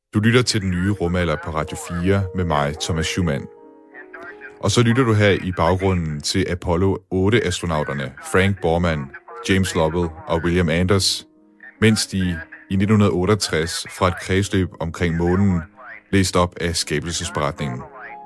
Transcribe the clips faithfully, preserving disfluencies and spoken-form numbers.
Du lytter til Den Nye Rumalder på Radio fire med mig, Thomas Schumann. Og så lytter du her i baggrunden til Apollo otte-astronauterne Frank Borman, James Lovell og William Anders, mens de i nitten otteogtres fra et kredsløb omkring månen læste op af skabelsesberetningen.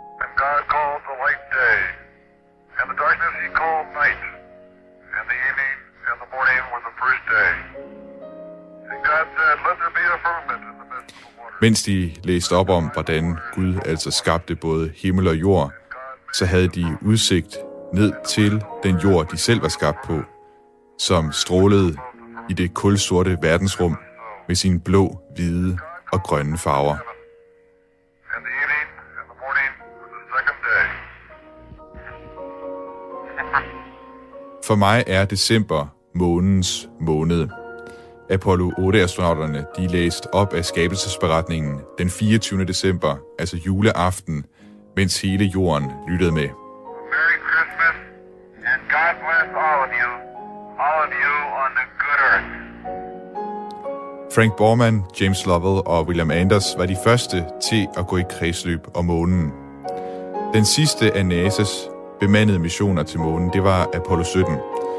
Mens de læste op om, hvordan Gud altså skabte både himmel og jord, så havde de udsigt ned til den jord, de selv var skabt på, som strålede i det kulsorte verdensrum med sine blå, hvide og grønne farver. For mig er december månens måned. Apollo otte-astronauterne de læste op af skabelsesberetningen den fireogtyvende december, altså juleaften, mens hele jorden lyttede med. Merry Christmas, and God bless all of you, all of you on the good earth. Frank Borman, James Lovell og William Anders var de første til at gå i kredsløb om månen. Den sidste af N A S A's bemandede missioner til månen, det var Apollo sytten.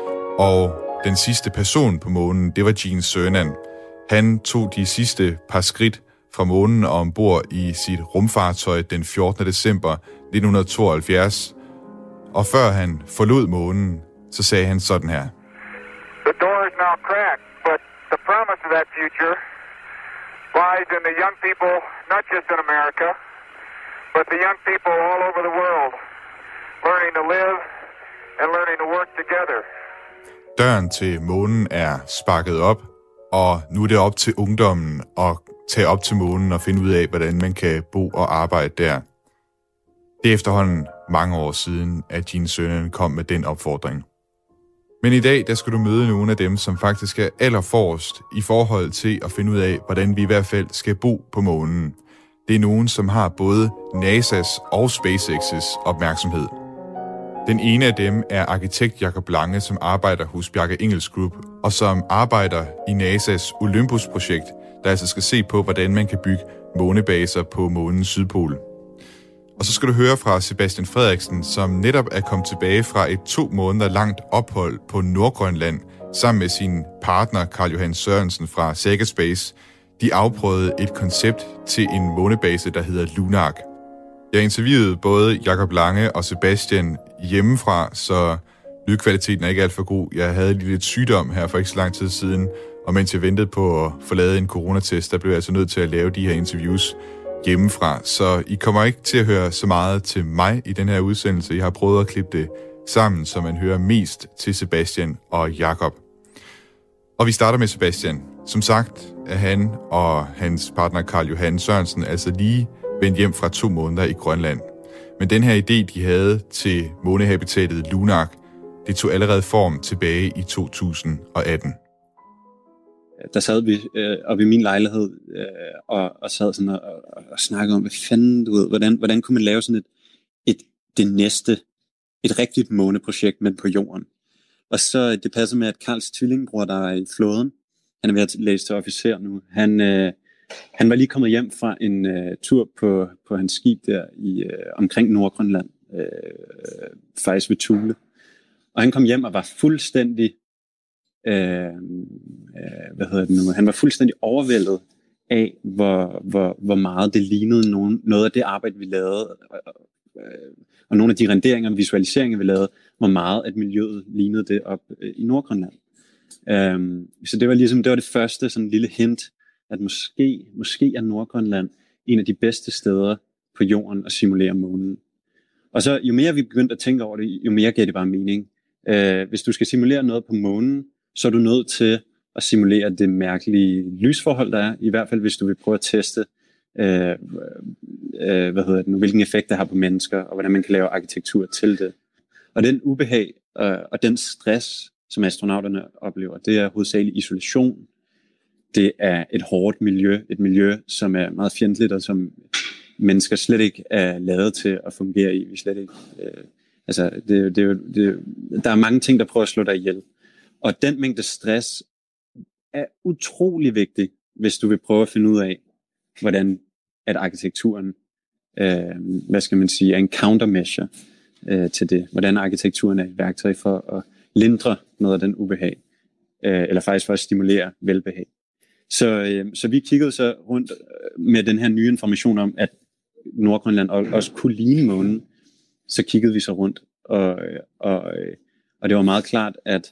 Og den sidste person på månen, det var Gene Cernan. Han tog de sidste par skridt fra månen og ombord i sit rumfartøj den fjortende december nitten tooghalvfjerds. Og før han forlod månen, så sagde han sådan her. The door is now cracked, but the promise of that future lies in the young people, not just in America, but the young people all over the world, learning to live and learning to work together. Døren til månen er sparket op, og nu er det op til ungdommen at tage op til månen og finde ud af, hvordan man kan bo og arbejde der. Det er efterhånden mange år siden, at Gene Cernan kom med den opfordring. Men i dag, der skal du møde nogle af dem, som faktisk er allerforrest i forhold til at finde ud af, hvordan vi i hvert fald skal bo på månen. Det er nogen, som har både NASA's og SpaceX's opmærksomhed. Den ene af dem er arkitekt Jacob Lange, som arbejder hos Bjarke Ingels Group, og som arbejder i NASA's Olympus-projekt, der altså skal se på, hvordan man kan bygge månebaser på månens sydpol. Og så skal du høre fra Sebastian Frederiksen, som netop er kommet tilbage fra et to måneder langt ophold på Nordgrønland, sammen med sin partner Carl Johan Sørensen fra Saga Space. De afprøvede et koncept til en månebase, der hedder Lunark. Jeg interviewede både Jacob Lange og Sebastian hjemmefra, så lydkvaliteten er ikke alt for god. Jeg havde lige lidt sygdom her for ikke så lang tid siden, og mens jeg ventede på at få lavet en coronatest, der blev jeg altså nødt til at lave de her interviews hjemmefra. Så I kommer ikke til at høre så meget til mig i den her udsendelse. Jeg har prøvet at klippe det sammen, så man hører mest til Sebastian og Jacob. Og vi starter med Sebastian. Som sagt er han og hans partner Carl Johan Sørensen altså lige vendt hjem fra to måneder i Grønland. Men den her idé, de havde til månehabitatet Lunark, det tog allerede form tilbage i to tusind og atten. Der sad vi øh, oppe i min lejlighed øh, og, og sad sådan og, og, og snakkede om, hvad fanden, du ved, hvordan, hvordan kunne man lave sådan et, et, det næste, et rigtigt måneprojekt, men på jorden. Og så det passer med, at Carls tvillingbror, der er i flåden, han er ved at læse til officer nu, han, øh, han var lige kommet hjem fra en øh, tur på, på hans skib der i, øh, omkring Nordgrønland, øh, faktisk ved Thule. Og han kom hjem og var fuldstændig Øh, øh, hvad hedder det nu? Han var fuldstændig overvældet af, hvor, hvor, hvor meget det lignede nogen, noget af det arbejde, vi lavede, øh, og nogle af de renderinger og visualiseringer, vi lavede, hvor meget at miljøet lignede det op øh, i Nordgrønland. Øh, så det var ligesom, det var det første sådan lille hint, at måske, måske er Nordgrønland en af de bedste steder på jorden at simulere månen. Og så jo mere vi begyndte at tænke over det, jo mere gav det bare mening. Øh, hvis du skal simulere noget på månen, så er du nødt til at simulere det mærkelige lysforhold, der er. I hvert fald, hvis du vil prøve at teste, øh, øh, hvad hedder det nu, hvilken effekt det har på mennesker, og hvordan man kan lave arkitektur til det. Og den ubehag øh, og den stress, som astronauterne oplever, det er hovedsageligt isolation. Det er et hårdt miljø, et miljø, som er meget fjendtligt, og som mennesker slet ikke er lavet til at fungere i. Vi slet ikke, øh, altså, det, det, det, der er mange ting, der prøver at slå dig ihjel. Og den mængde stress er utrolig vigtig, hvis du vil prøve at finde ud af, hvordan at arkitekturen, øh, hvad skal man sige, er en countermeasure øh, til det. Hvordan arkitekturen er et værktøj for at lindre noget af den ubehag, øh, eller faktisk for at stimulere velbehag. Så, øh, så vi kiggede så rundt med den her nye information om, at Nordgrønland også kunne ligne månen. Så kiggede vi så rundt, og, og, og det var meget klart, at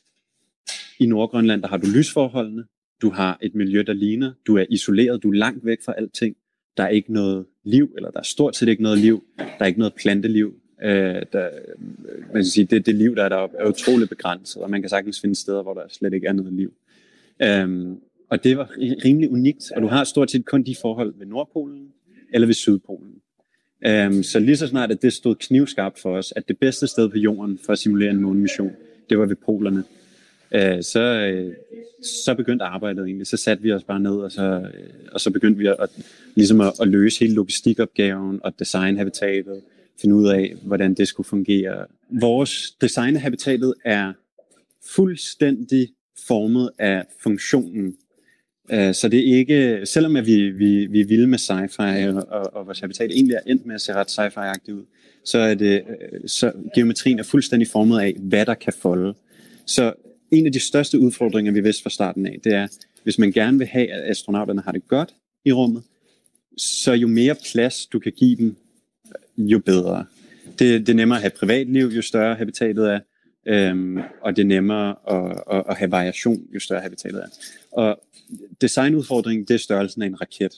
i Nordgrønland, der har du lysforholdene, du har et miljø, der ligner, du er isoleret, du er langt væk fra alting, der er ikke noget liv, eller der er stort set ikke noget liv, der er ikke noget planteliv. Øh, der, man kan sige, det, det liv, der er deroppe, er utroligt begrænset, og man kan sagtens finde steder, hvor der slet ikke er noget liv. Øhm, og det var rimelig unikt, og du har stort set kun de forhold ved Nordpolen eller ved Sydpolen. Um, så lige så snart, at det stod knivskarpt for os, at det bedste sted på jorden for at simulere en månemission, det var ved polerne, uh, så, uh, så begyndte arbejdet egentlig. Så satte vi os bare ned, og så, uh, og så begyndte vi at, ligesom at, at løse hele logistikopgaven og design habitatet, finde ud af, hvordan det skulle fungere. Vores design af habitatet er fuldstændig formet af funktionen. Uh, så det er ikke, selvom at vi, vi, vi er vilde med sci-fi, og, og, og vores habitat egentlig er endt med at se ret sci-fi-agtigt ud, så er det, så geometrien er fuldstændig formet af, hvad der kan folde. Så en af de største udfordringer, vi vidste fra starten af, det er, hvis man gerne vil have, at astronauterne har det godt i rummet, så jo mere plads du kan give dem, jo bedre. Det, det er nemmere at have privatliv, jo større habitatet er, øhm, og det er nemmere at, at, at have variation, jo større habitatet er. Og designudfordringen, det er størrelsen af en raket.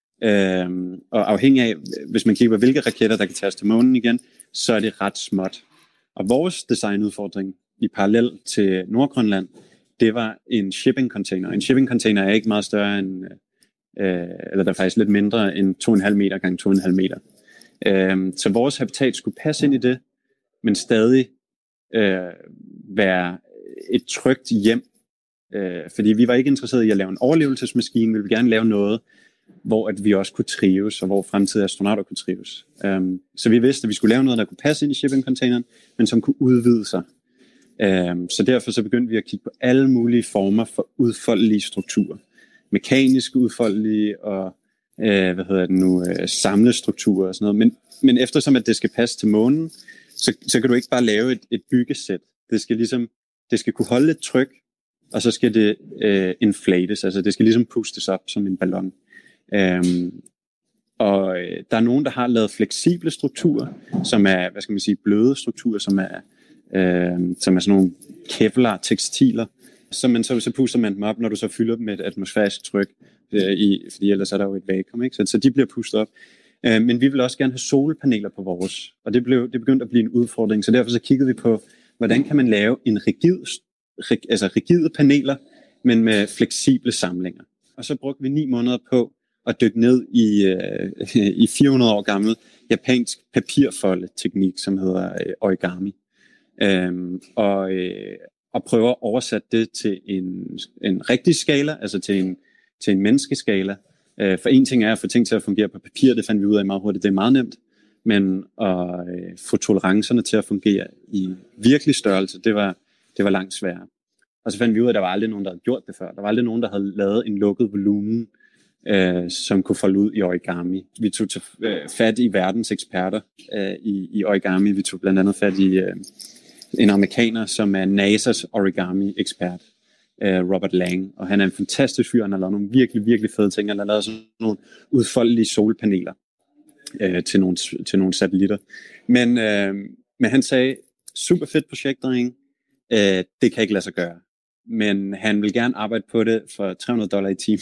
Øhm, og afhængig af, hvis man kigger på, hvilke raketter, der kan tages til månen igen, så er det ret småt. Og vores designudfordring i parallel til Nordgrønland, det var en shipping container. En shipping container er ikke meget større end, øh, eller der er faktisk lidt mindre end to komma fem meter gange to komma fem meter. Øhm, så vores habitat skulle passe ind i det, men stadig øh, være et trygt hjem. Øh, fordi vi var ikke interesserede i at lave en overlevelsesmaskine, vi ville gerne lave noget, hvor at vi også kunne trives, og hvor fremtidige astronauter kunne trives. Um, så vi vidste, at vi skulle lave noget, der kunne passe ind i shipping-containeren, men som kunne udvide sig. Um, så derfor så begyndte vi at kigge på alle mulige former for udfoldelige strukturer. Mekaniske udfoldelige og uh, hvad hedder det nu, uh, samlestrukturer og sådan noget. Men, men eftersom at det skal passe til månen, så, så kan du ikke bare lave et, et byggesæt. Det skal ligesom, det skal kunne holde et tryk, og så skal det uh, inflates, altså det skal ligesom pustes op som en ballon. Um, og øh, der er nogen, der har lavet fleksible strukturer, som er, hvad skal man sige, bløde strukturer, som er, øh, som er sådan nogle kevlar tekstiler, så, man, så, så puster man dem op, når du så fylder dem med et atmosfærisk tryk, øh, i, fordi ellers er der jo et vakuum, ikke? Så, så de bliver pustet op. Øh, men vi vil også gerne have solpaneler på vores, og det, blev, det begyndte at blive en udfordring, så derfor så kiggede vi på, hvordan kan man lave en rigid, rig, altså rigide paneler, men med fleksible samlinger. Og så brugte vi ni måneder på at dykke ned i, øh, i fire hundrede år gammel japansk papirfolde-teknik, som hedder øh, origami. Øhm, og, øh, og prøve at oversætte det til en, en rigtig skala, altså til en, til en menneskeskala. Øh, for en ting er at få ting til at fungere på papir, det fandt vi ud af meget hurtigt, det er meget nemt. Men at øh, få tolerancerne til at fungere i virkelig størrelse, det var, det var langt sværere. Og så fandt vi ud af, at der var aldrig nogen, der havde gjort det før. Der var aldrig nogen, der havde lavet en lukket volumen, øh, som kunne folde ud i origami. Vi tog til, øh, fat i verdens eksperter øh, i, i origami. Vi tog blandt andet fat i øh, en amerikaner, som er N A S A's origami-ekspert, øh, Robert Lang. Og han er en fantastisk fyr. Han har lavet nogle virkelig, virkelig fede ting. Han har lavet sådan nogle udfoldelige solpaneler øh, til, nogle, til nogle satellitter. Men, øh, men han sagde, super fedt projekt, dreng. Øh, det kan ikke lade sig gøre. Men han vil gerne arbejde på det for tre hundrede dollar i timen.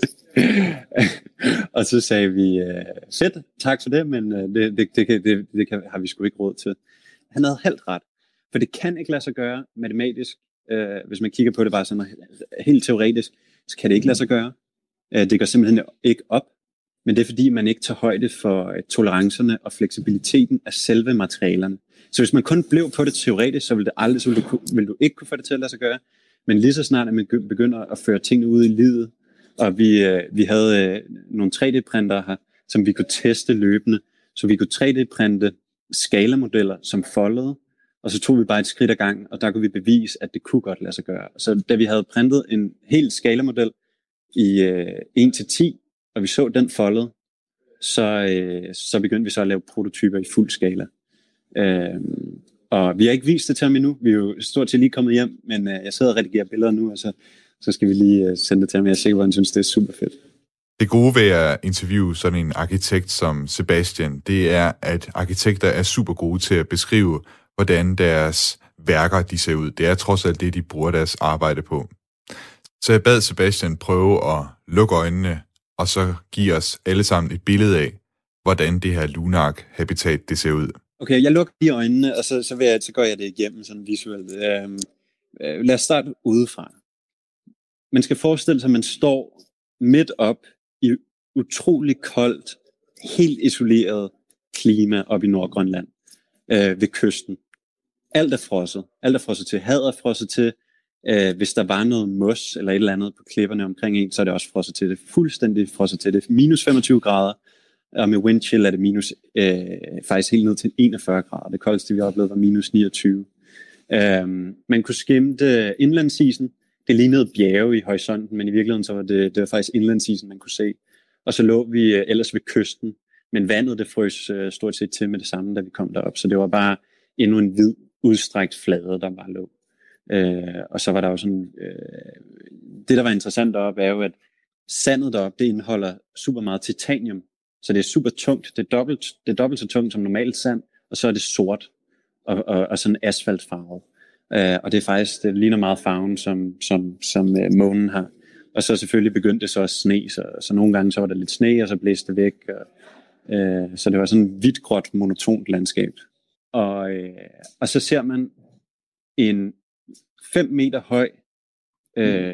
Og så sagde vi, øh, fedt, tak for det, men øh, det, det, det, det, det, det kan, har vi sgu ikke råd til. Han havde helt ret, for det kan ikke lade sig gøre matematisk. Øh, hvis man kigger på det bare sådan helt teoretisk, så kan det ikke lade sig gøre. Øh, det går simpelthen ikke op, men det er fordi, man ikke tager højde for øh, tolerancerne og fleksibiliteten af selve materialerne. Så hvis man kun blev på det teoretisk, så ville, det aldrig, så ville, du, ville du ikke kunne få det til at lade sig gøre. Men lige så snart, at man begynder at føre tingene ud i livet, og vi, øh, vi havde øh, nogle tre D-printere her, som vi kunne teste løbende, så vi kunne tre D-printe skalamodeller, som foldede, og så tog vi bare et skridt ad gangen, og der kunne vi bevise, at det kunne godt lade sig gøre. Så da vi havde printet en hel skalamodel i øh, en til ti, og vi så den foldede, så, øh, så begyndte vi så at lave prototyper i fuld skala. Øh, og vi har ikke vist det til ham endnu. Vi er jo stort set lige kommet hjem, men øh, jeg sidder og redigerer billeder nu, og så, så skal vi lige øh, sende det til ham. Jeg er sikker på, at han synes, det er super fedt. Det gode ved at interviewe sådan en arkitekt som Sebastian, det er, at arkitekter er super gode til at beskrive, hvordan deres værker de ser ud. Det er trods alt det, de bruger deres arbejde på. Så jeg bad Sebastian prøve at lukke øjnene, og så give os alle sammen et billede af, hvordan det her Lunark-habitat det ser ud. Okay, jeg lukker lige øjnene, og så, så, vil jeg, så går jeg det igennem sådan visuelt. Øhm, øh, lad os starte udefra. Man skal forestille sig, at man står midt op i utrolig koldt, helt isoleret klima op i Nordgrønland øh, ved kysten. Alt er frosset. Alt er frosset til. Havet er frosset til. Øh, hvis der var noget mos eller et eller andet på klipperne omkring en, så er det også frosset til. Det er fuldstændig frosset til. Det er minus femogtyve grader, og med wind chill er det minus, øh, faktisk helt ned til enogfyrre grader. Det koldeste, vi oplevede, var minus niogtyve. Øh, man kunne skimte indlandsisen. Det lignede bjerge i horisonten, men i virkeligheden så var det, det var faktisk indlandsisen, man kunne se. Og så lå vi øh, ellers ved kysten, men vandet det frøs øh, stort set til med det samme, da vi kom derop. Så det var bare endnu en hvid, udstrækt flade, der bare lå. Øh, og så var der jo sådan, øh, det der var interessant deroppe, er jo, at sandet deroppe, det indeholder super meget titanium. Så det er super tungt, det er dobbelt, det er dobbelt så tungt som normalt sand, og så er det sort og, og, og sådan asfaltfarvet. Øh, og det er faktisk, det ligner meget farven, som, som, som øh, månen har. Og så selvfølgelig begyndte det så at sne, så, så nogle gange så var der lidt sne, og så blæste det væk. Og, øh, så det var sådan et hvidt-gråt, monotont landskab. Og, øh, og så ser man en fem meter høj, øh,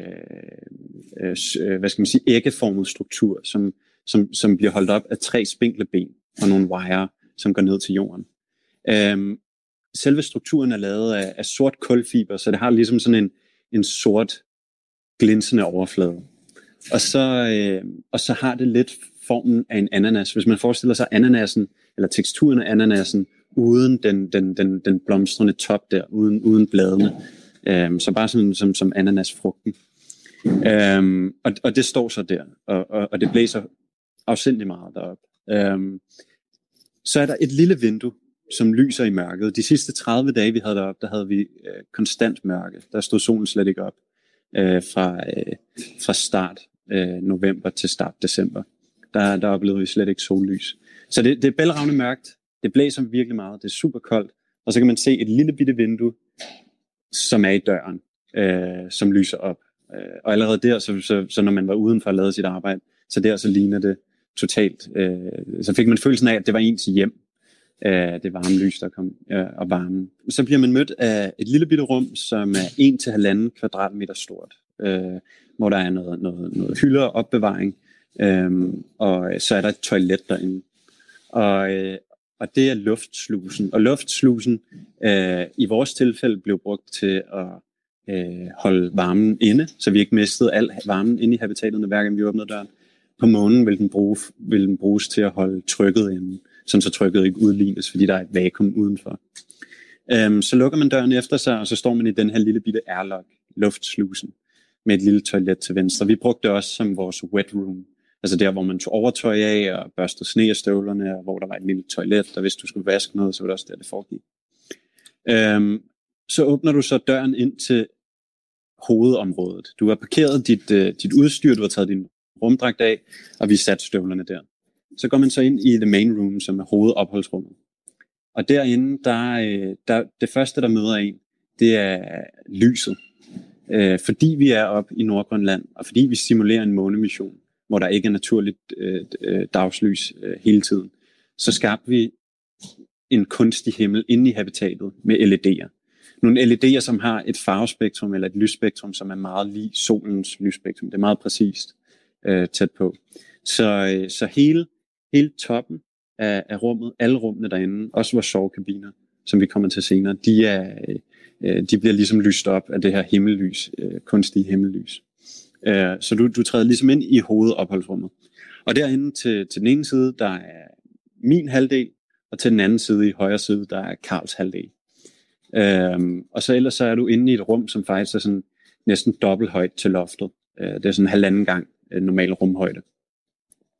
øh, hvad skal man sige, æggeformet struktur, som, som, som bliver holdt op af tre spinkle ben og nogle wire, som går ned til jorden. Øh, selve strukturen er lavet af, af sort kulfiber, så det har ligesom sådan en, en sort, glinsende overflade. Og så, øh, og så har det lidt formen af en ananas. Hvis man forestiller sig ananasen, eller teksturen af ananasen, uden den, den, den, den blomstrende top der, uden, uden bladene. Øhm, så bare sådan som, som ananasfrugten. Øhm, og, og det står så der, og, og, og det blæser afsindig meget derop. Øhm, så er der et lille vindue, som lyser i mørket. De sidste tredive dage, vi havde deroppe, der havde vi øh, konstant mørke. Der stod solen slet ikke op. Øh, fra, øh, fra start øh, november til start december. Der, der oplevede vi slet ikke sollys. Så det, det er bælragende mørkt. Det blæser virkelig meget. Det er super koldt. Og så kan man se et lille bitte vindue, som er i døren, øh, som lyser op. Øh, og allerede der, så, så, så når man var udenfor at lave sit arbejde, så der så ligner det totalt. Øh, så fik man følelsen af, at det var ens hjem. Øh, det varme lys, der kom, øh, og varmen. Så bliver man mødt af et lille bitte rum, som er en til halvanden kvadratmeter stort. Øh, hvor der er noget, noget, noget hylder og opbevaring. Øh, og så er der et toilet derinde. Og, øh, og det er luftslusen. Og luftslusen øh, i vores tilfælde blev brugt til at øh, holde varmen inde, så vi ikke mistede al varmen inde i habitatet, hver gang vi åbnede døren. På månen vil den, bruge, vil den bruges til at holde trykket inde, sådan så trykket ikke udlignes, fordi der er et vakuum udenfor. Øhm, så lukker man døren efter sig, og så står man i den her lille bitte airlock, luftslusen, med et lille toilet til venstre. Vi brugte det også som vores wet room. Altså der, hvor man tog overtøj af og børstede sne af støvlerne, og hvor der var et lille toilet, og hvis du skulle vaske noget, så var det også der, det foregik. Øhm, så åbner du så døren ind til hovedområdet. Du har parkeret dit, uh, dit udstyr, du har taget din rumdragt af, og vi satte støvlerne der. Så går man så ind i the main room, som er hovedopholdsrummet. Og derinde, der, der, det første, der møder en, det er lyset. Øh, fordi vi er oppe i Nordgrønland, og fordi vi simulerer en månemission, hvor der ikke er naturligt øh, dagslys øh, hele tiden, så skabte vi en kunstig himmel inde i habitatet med L E D'er. Nogle L E D'er, som har et farvespektrum eller et lysspektrum, som er meget lig solens lysspektrum. Det er meget præcist øh, tæt på. Så, øh, så hele, hele toppen af, af rummet, alle rummene derinde, også vores sovekabiner, som vi kommer til senere, de, er, øh, de bliver ligesom lyst op af det her himmellys, øh, kunstige himmellys. Øh, så du, du træder ligesom ind i hovedopholdsrummet. Og derinde til, til den ene side, der er min halvdel, og til den anden side i højre side, der er Karls halvdel. Øh, og så ellers så er du inde i et rum, som faktisk er sådan næsten dobbelt højt til loftet. Øh, det er sådan halvanden gang øh, normal rumhøjde.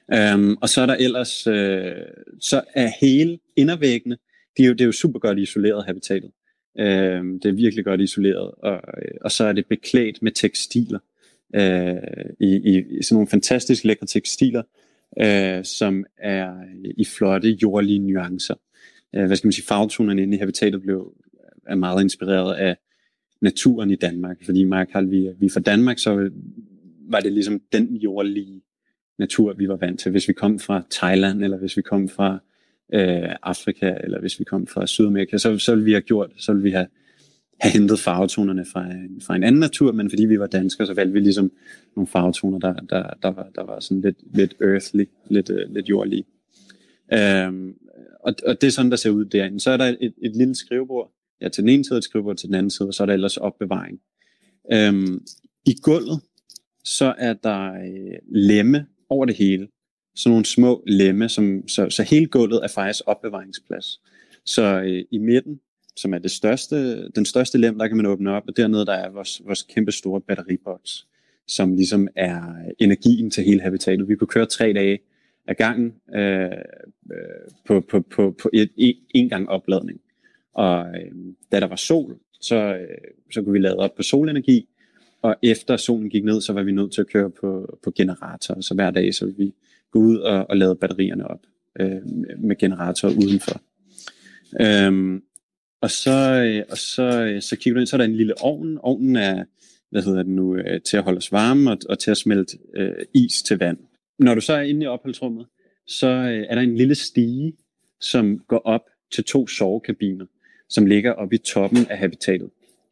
Um, og så er der ellers, øh, så er hele indervæggene, det er jo, det er jo super godt isoleret habitatet. Um, det er virkelig godt isoleret, og, og så er det beklædt med tekstiler, uh, i, i, i sådan nogle fantastisk lækre tekstiler, uh, som er i flotte jordlige nuancer. Uh, hvad skal man sige, farvetonerne inde i habitatet blev, er meget inspireret af naturen i Danmark, fordi Maja Karl, vi, vi er fra Danmark, så var det ligesom den jordlige natur, vi var vant til. Hvis vi kom fra Thailand, eller hvis vi kom fra øh, Afrika, eller hvis vi kom fra Sydamerika, så, så ville vi have gjort, så ville vi have, have hentet farvetonerne fra, fra en anden natur, men fordi vi var danskere, så valgte vi ligesom nogle farvetoner, der, der, der, var, der var sådan lidt, lidt earthly, lidt, uh, lidt jordlige. Um, og, og det er sådan, der ser ud derinde. Så er der et, et lille skrivebord, ja, til den ene side et skrivebord, til den anden side, og så er der ellers opbevaring. Um, I gulvet, så er der øh, lemme over det hele. Sådan nogle små lemme, som, så, så hele gulvet er faktisk opbevaringsplads. Så øh, i midten, som er det største, den største lem, der kan man åbne op, og dernede der er vores, vores kæmpe store batteriboks, som ligesom er energien til hele habitatet. Vi kunne køre tre dage af gangen øh, på, på, på, på et, et, en gang opladning. Og øh, da der var sol, så, øh, så kunne vi lade op på solenergi, og efter solen gik ned, så var vi nødt til at køre på, på generator. Så hver dag så ville vi gå ud og, og lade batterierne op øh, med generatorer udenfor. Øhm, og så, øh, og så, så kigger du ind, så er der en lille ovn. Ovnen er, hvad hedder det nu, øh, til at holde os varme og, og til at smelte øh, is til vand. Når du så er inde i opholdsrummet, så øh, er der en lille stige, som går op til to sovekabiner, som ligger oppe i toppen af habitatet.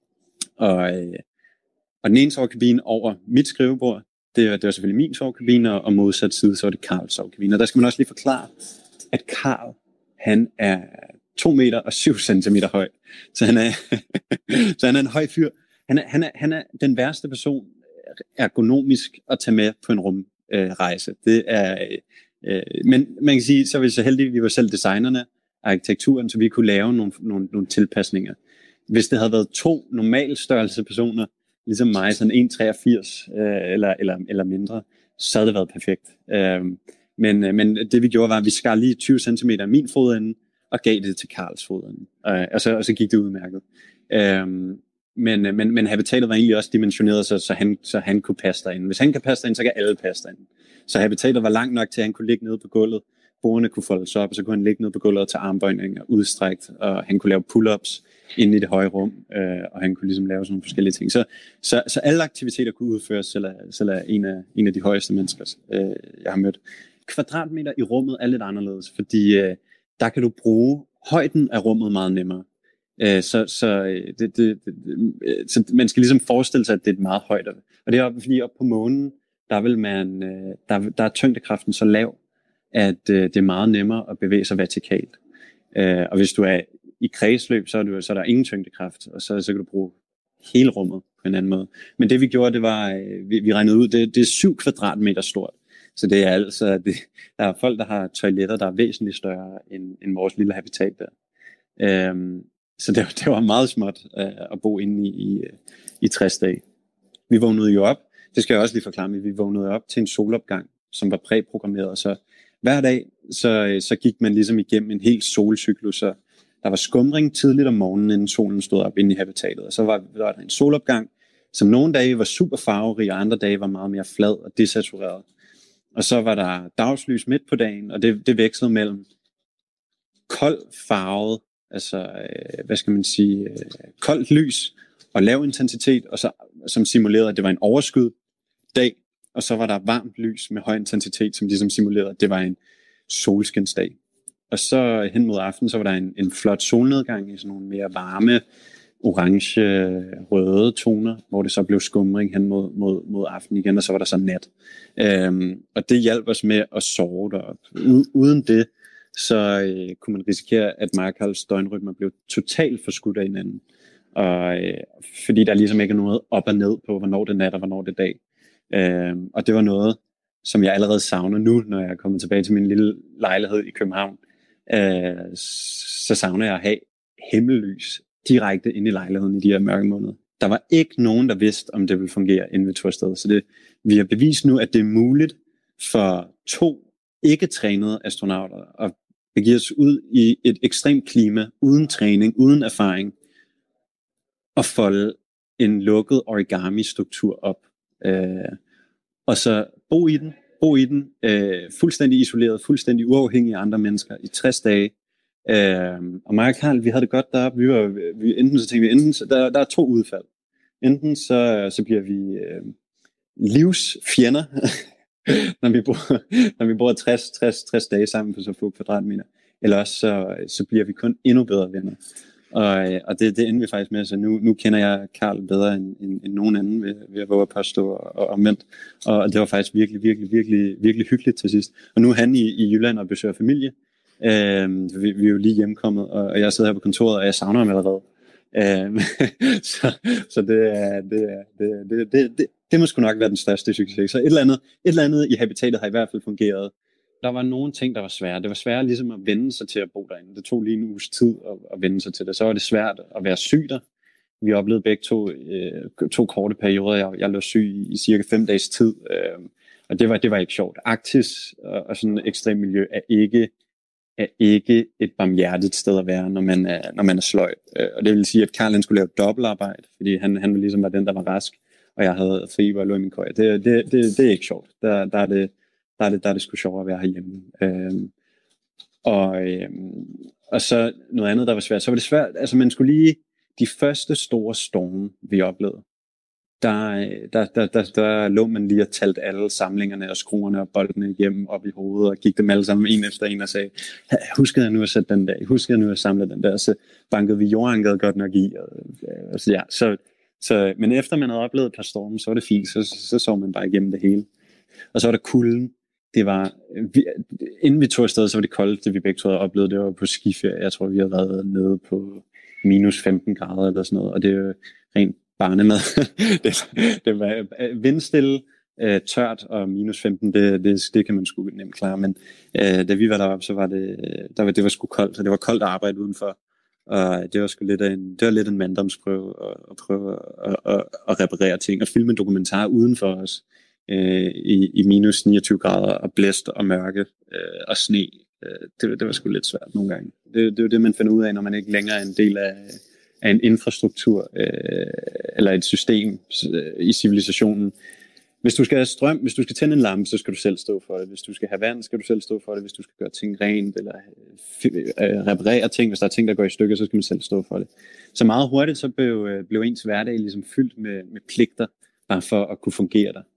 Og øh, Og den ene sovekabine over mit skrivebord, det er, det er selvfølgelig min sovekabine, og modsat side, så er det Karls sovekabine. Og der skal man også lige forklare, at Karl, han er to meter og syv centimeter høj. Så han er, så han er en høj fyr. Han er, han, er, han er den værste person ergonomisk at tage med på en rumrejse. Øh, det er, øh, men man kan sige, så er vi så heldige, vi var selv designerne af arkitekturen, så vi kunne lave nogle, nogle, nogle tilpasninger. Hvis det havde været to normalstørrelse personer, ligesom mig, sådan en komma treogfirs øh, eller, eller, eller mindre, så havde det været perfekt. Øh, men, men det vi gjorde var, at vi skar lige tyve centimeter af min fodende, og gav det til Karls fodende. Øh, og, så, og så gik det udmærket. Øh, men, men, men habitatet var egentlig også dimensioneret, så, så, han, så han kunne passe derinde. Hvis han kan passe derinde, så kan alle passe derinde. Så habitatet var langt nok til, at han kunne ligge nede på gulvet. Bordene kunne foldes op, og så kunne han ligge nede på gulvet og tage armbøjninger udstrækt, og han kunne lave pull-ups inde i det høje rum, øh, og han kunne ligesom lave sådan nogle forskellige ting. Så, så, så alle aktiviteter kunne udføres, selv af, selv af en, af, en af de højeste mennesker, øh, jeg har mødt. Kvadratmeter i rummet er lidt anderledes, fordi øh, der kan du bruge højden af rummet meget nemmere. Øh, så, så, det, det, det, så man skal ligesom forestille sig, at det er meget højt. Og det er oppe, fordi oppe på månen, der, vil man, øh, der, der er tyngdekraften så lav, at øh, det er meget nemmere at bevæge sig vertikalt. Øh, og hvis du er i kredsløb, så er, du, så er der ingen tyngdekraft, og så, så kan du bruge hele rummet på en anden måde. Men det vi gjorde, det var, øh, vi, vi regnede ud, det, det er syv kvadratmeter stort. Så det er altså, det, der er folk, der har toiletter, der er væsentligt større end, end vores lille habitat der. Øh, så det, det var meget småt øh, at bo inde i, i, i tres dage. Vi vågnede jo op, det skal jeg også lige forklare mig, vi vågnede op til en solopgang, som var præprogrammeret, så hver dag, så, så gik man ligesom igennem en hel solcyklus, så der var skumring tidligt om morgenen, inden solen stod op inde i habitatet, og så var, var der en solopgang, som nogle dage var super farverig, og andre dage var meget mere flad og desatureret. Og så var der dagslys midt på dagen, og det, det vekslede mellem kold farvet, altså, øh, hvad skal man sige, øh, koldt lys og lav intensitet, og så, som simulerede, at det var en overskud dag, og så var der varmt lys med høj intensitet, som ligesom simulerede, at det var en solskinsdag. Og så hen mod aften, så var der en, en flot solnedgang i sådan nogle mere varme, orange, røde toner, hvor det så blev skumring hen mod, mod, mod aften igen, og så var der så nat. Øhm, og det hjalp os med at sove deroppe. Uden det, så øh, kunne man risikere, at Maja Karls døgnrytmer blev totalt forskudt af hinanden. Og, øh, fordi der ligesom ikke er noget op og ned på, hvornår det er nat og hvornår det er dag. Øhm, og det var noget, som jeg allerede savner nu, når jeg er kommet tilbage til min lille lejlighed i København. Øh, så savner jeg at have himmellys direkte ind i lejligheden i de her mørke måneder. Der var ikke nogen, der vidste, om det ville fungere, inden vi tog afsted. Så det, vi har bevist nu, at det er muligt for to ikke trænede astronauter og begiver os ud i et ekstremt klima, uden træning, uden erfaring, og folde en lukket origami-struktur op. Øh, og så bo i den, bo i den, øh, fuldstændig isoleret, fuldstændig uafhængig af andre mennesker i tres dage. Øh, og mig og Carl, vi havde det godt deroppe. Vi var, vi, enten så tænkte vi, enten så, der, der er to udfald. Enten så, så bliver vi øh, livsfjender, når vi bor, når vi bor tres, tres, tres dage sammen på så få kvadratmeter. Eller også så, så bliver vi kun endnu bedre venner. Og, og det, det endte vi faktisk med, så nu, nu kender jeg Carl bedre end, end, end nogen anden ved, ved at våge at påstå og omvendt. Og det var faktisk virkelig, virkelig, virkelig, virkelig hyggeligt til sidst. Og nu er han i, i Jylland og besøger familie. Øhm, vi, vi er jo lige hjemkommet, og, og jeg sidder her på kontoret, og jeg savner ham allerede. Øhm, så så det, det, det, det, det, det, det må sgu nok være den største succes. Så et eller andet, et eller andet i habitatet har i hvert fald fungeret. Der var nogle ting, der var svære. Det var svært ligesom at vende sig til at bo derinde. Det tog lige en uges tid at, at vende sig til det. Så var det svært at være syg der. Vi oplevede begge to, øh, to korte perioder. Jeg, jeg lå syg i, i cirka fem dages tid. Øh, og det var, det var ikke sjovt. Arktis og, og sådan et ekstremt miljø er ikke, er ikke et barmhjertigt sted at være, når man er, når man er sløj. Øh, og det vil sige, at Carl han skulle lave dobbeltarbejde, fordi han, han ligesom var den, der var rask, og jeg havde feber og lå i min køje. Det, det, det, det er ikke sjovt. Der, der er det Der er det, der er det sgu sjovt at være herhjemme. Øhm, og, øhm, og så noget andet, der var svært. Så var det svært, altså man skulle lige, de første store storme, vi oplevede, der, der, der, der, der lå man lige og talte alle samlingerne og skruerne og boldene igennem op i hovedet, og gik dem alle sammen en efter en og sagde, huskede jeg nu at sætte den der, huskede jeg nu at samle den der, så bankede vi jordankeret godt nok i. Og, og så, ja, så, så, men efter man havde oplevet et par storme, så var det fint, så, så, så sov man bare igennem det hele. Og så var der kulden. Det var, vi, inden vi tog afsted, så var det koldt, det vi begge to havde oplevet. Det var på skiferie. Jeg tror, vi havde været nede på minus femten grader eller sådan noget. Og det er jo rent barnemad. det, det var vindstille, øh, tørt og minus femten, det, det, det kan man sgu nemt klare. Men øh, da vi var deroppe, så var det, der var, det var sgu koldt. Så det var koldt at arbejde udenfor. Og det var sgu lidt en, det var lidt en manddomsprøve at, at prøve at, at, at reparere ting og filme en dokumentar udenfor os. I, i minus niogtyve grader og blæst og mørke øh, og sne. Øh, det, det var sgu lidt svært nogle gange. Det, det er jo det, man finder ud af, når man ikke længere er en del af, af en infrastruktur øh, eller et system øh, i civilisationen. Hvis du skal have strøm, hvis du skal tænde en lampe, så skal du selv stå for det. Hvis du skal have vand, skal du selv stå for det. Hvis du skal gøre ting rent eller øh, reparere ting, hvis der er ting, der går i stykker, så skal man selv stå for det. Så meget hurtigt så blev, blev ens hverdag ligesom fyldt med, med pligter, bare for at kunne fungere der.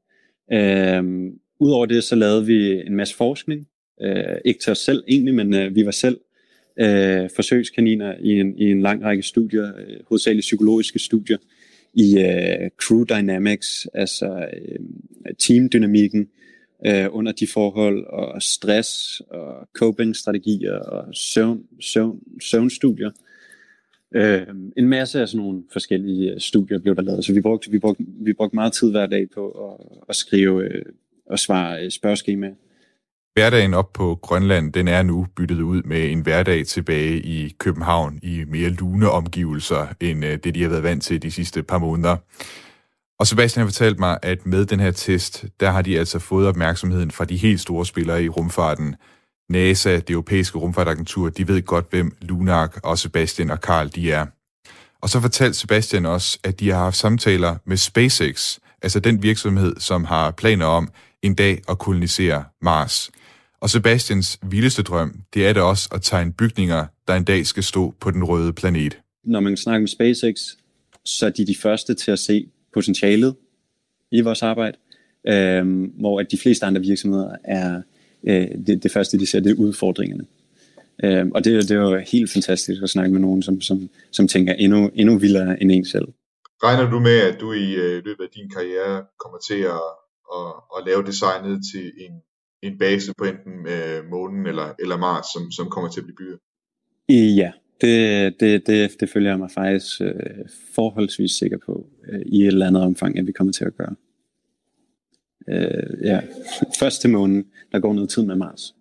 Øhm, Udover det, så lavede vi en masse forskning. Øh, ikke til os selv egentlig, men øh, vi var selv øh, forsøgskaniner i en, i en lang række studier, øh, hovedsageligt psykologiske studier, i øh, crew dynamics, altså øh, teamdynamikken øh, under de forhold, og stress, og coping-strategier, og søvn, søvn, søvnstudier. Øh, en masse af sådan nogle forskellige studier blev der lavet, så vi brugte, vi brugte, vi brugte meget tid hver dag på at, at skrive øh, og svare spørgeskemaer. Hverdagen op på Grønland, den er nu byttet ud med en hverdag tilbage i København i mere lune omgivelser, end det de har været vant til de sidste par måneder. Og Sebastian har fortalt mig, at med den her test, der har de altså fået opmærksomheden fra de helt store spillere i rumfarten. NASA, det europæiske rumfartagentur, de ved godt, hvem Lunak og Sebastian og Carl de er. Og så fortalte Sebastian også, at de har haft samtaler med SpaceX, altså den virksomhed, som har planer om en dag at kolonisere Mars. Og Sebastians vildeste drøm, det er da også at tegne bygninger, der en dag skal stå på den røde planet. Når man snakker med SpaceX, så er de de første til at se potentialet i vores arbejde, øh, hvor at de fleste andre virksomheder er øh, det, det første, de ser, det er udfordringerne. Øh, og det, det er jo helt fantastisk at snakke med nogen, som, som, som tænker endnu, endnu vildere end en selv. Regner du med, at du i øh, løbet af din karriere kommer til at, at, at lave designet til en, en base på enten øh, månen eller, eller Mars, som, som kommer til at blive bygget? Ja, det, det, det, det følger jeg mig faktisk øh, forholdsvis sikker på øh, i et eller andet omfang, at vi kommer til at gøre. Øh, ja, først til månen, der går noget tid med Mars.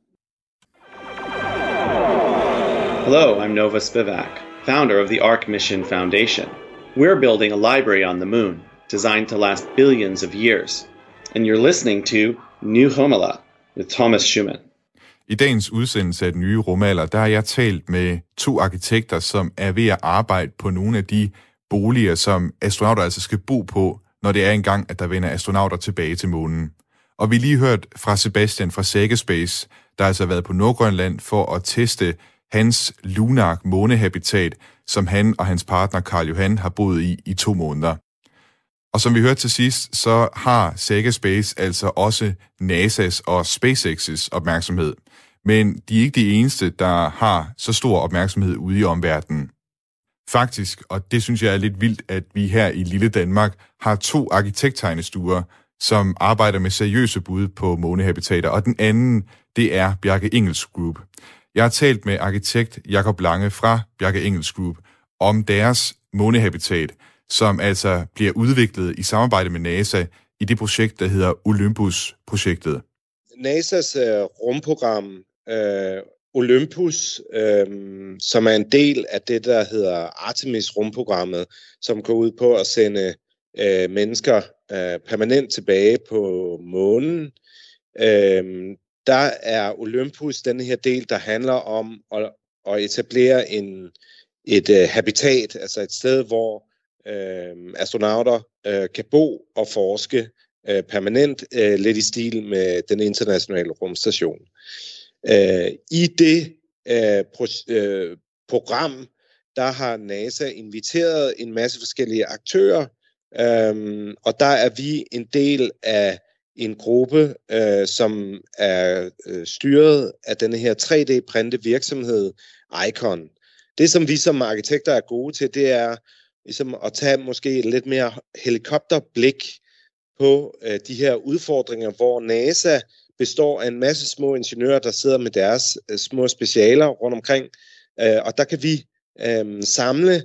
Hello, I'm Nova Spivak, founder of the Ark Mission Foundation. We're building a library on the moon, designed to last billions of years. And you're listening to New Homela with Thomas Schumann. I dagens udsendelse af Den Nye Rumalder, der har jeg talt med to arkitekter, som er ved at arbejde på nogle af de boliger, som astronauter altså skal bo på, når det er engang, at der vender astronauter tilbage til månen. Og vi lige hørt fra Sebastian fra Saga Space, der altså har været på Nordgrønland for at teste hans Lunark månehabitat, som han og hans partner Carl Johan har boet i i to måneder. Og som vi hørte til sidst, så har Saga Space altså også NASA's og SpaceX's opmærksomhed. Men de er ikke de eneste, der har så stor opmærksomhed ude i omverdenen. Faktisk, og det synes jeg er lidt vildt, at vi her i lille Danmark har to arkitekttegnestuer, som arbejder med seriøse bud på månehabitater, og den anden, det er Bjarke Ingels Group. Jeg har talt med arkitekt Jakob Lange fra Bjarke Ingels Group om deres månehabitat, som altså bliver udviklet i samarbejde med NASA i det projekt, der hedder Olympus-projektet. NASA's øh, rumprogram øh, Olympus, øh, som er en del af det, der hedder Artemis-rumprogrammet, som går ud på at sende øh, mennesker øh, permanent tilbage på månen. Øh, der er Olympus den her del, der handler om at, at etablere en, et øh, habitat, altså et sted, hvor øh, astronauter øh, kan bo og forske øh, permanent, øh, lidt i stil med den internationale rumstation. Øh, I det øh, pro- øh, program, der har NASA inviteret en masse forskellige aktører, øh, og der er vi en del af en gruppe, øh, som er øh, styret af denne her tre D-printe virksomhed Icon. Det, som vi som arkitekter er gode til, det er ligesom at tage måske et lidt mere helikopterblik på øh, de her udfordringer, hvor NASA består af en masse små ingeniører, der sidder med deres øh, små specialer rundt omkring. Øh, og der kan vi øh, samle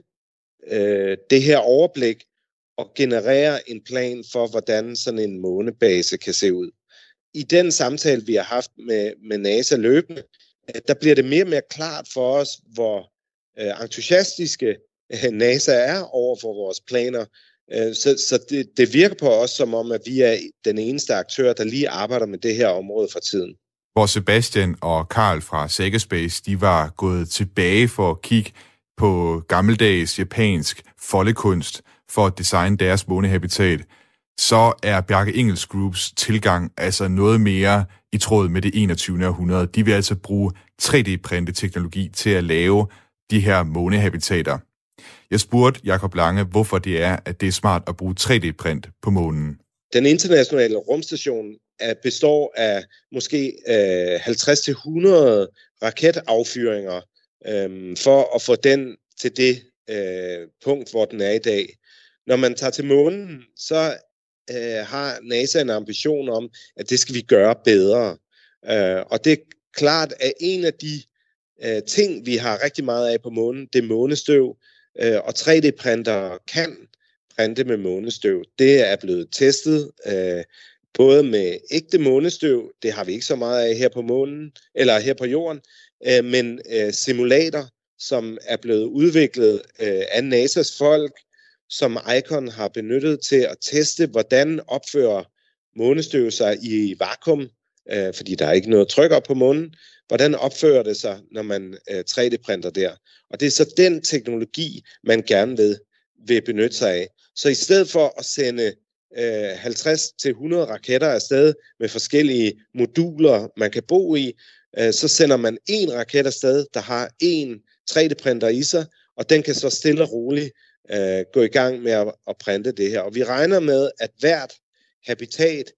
øh, det her overblik og generere en plan for, hvordan sådan en månebase kan se ud. I den samtale, vi har haft med, med NASA løbende, øh, der bliver det mere og mere klart for os, hvor øh, entusiastiske øh, NASA er over for vores planer. Så, så det, det virker på os som om, at vi er den eneste aktør, der lige arbejder med det her område for tiden. Hvor Sebastian og Carl fra Saga Space, de var gået tilbage for at kigge på gammeldags japansk foldekunst for at designe deres månehabitat, så er Bjarke Ingels Groups tilgang altså noget mere i tråd med det enogtyvende århundrede. De vil altså bruge tre D-printe-teknologi til at lave de her månehabitater. Jeg spurgte Jakob Lange, hvorfor det er, at det er smart at bruge tre D-print på månen. Den internationale rumstation er, består af måske øh, halvtreds til hundrede raketaffyringer øh, for at få den til det øh, punkt, hvor den er i dag. Når man tager til månen, så øh, har NASA en ambition om, at det skal vi gøre bedre. Øh, og det er klart, at en af de øh, ting, vi har rigtig meget af på månen, det er månestøv. Og tre D-printere kan printe med månestøv. Det er blevet testet øh, både med ægte månestøv, det har vi ikke så meget af her på månen, eller her på jorden, øh, men øh, simulater, som er blevet udviklet øh, af NASA's folk, som Icon har benyttet til at teste, hvordan opfører månestøv sig i vakuum, øh, fordi der er ikke noget tryk op på månen. Hvordan opfører det sig, når man øh, tre D-printer der? Og det er så den teknologi, man gerne vil, vil benytte sig af. Så i stedet for at sende øh, halvtreds til hundrede raketter afsted med forskellige moduler, man kan bo i, øh, så sender man en raket afsted, der har en tre D-printer i sig, og den kan så stille og roligt øh, gå i gang med at, at printe det her. Og vi regner med, at hvert habitat,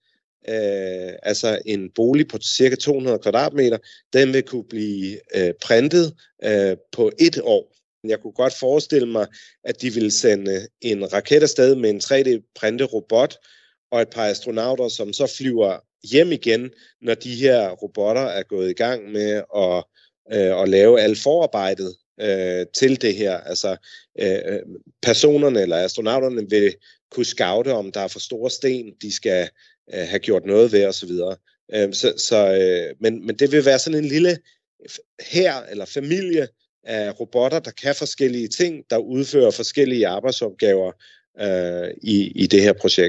Øh, altså en bolig på cirka to hundrede kvadratmeter, den vil kunne blive øh, printet øh, på et år. Jeg kunne godt forestille mig, at de ville sende en raket afsted med en tre D-printet robot og et par astronauter, som så flyver hjem igen, når de her robotter er gået i gang med at, øh, at lave alt forarbejdet øh, til det her. Altså øh, personerne eller astronauterne vil kunne scoute, om der er for store sten, de skal have gjort noget ved, og så videre. Så, så, men, men det vil være sådan en lille hær eller familie af robotter, der kan forskellige ting, der udfører forskellige arbejdsopgaver øh, i, i det her projekt.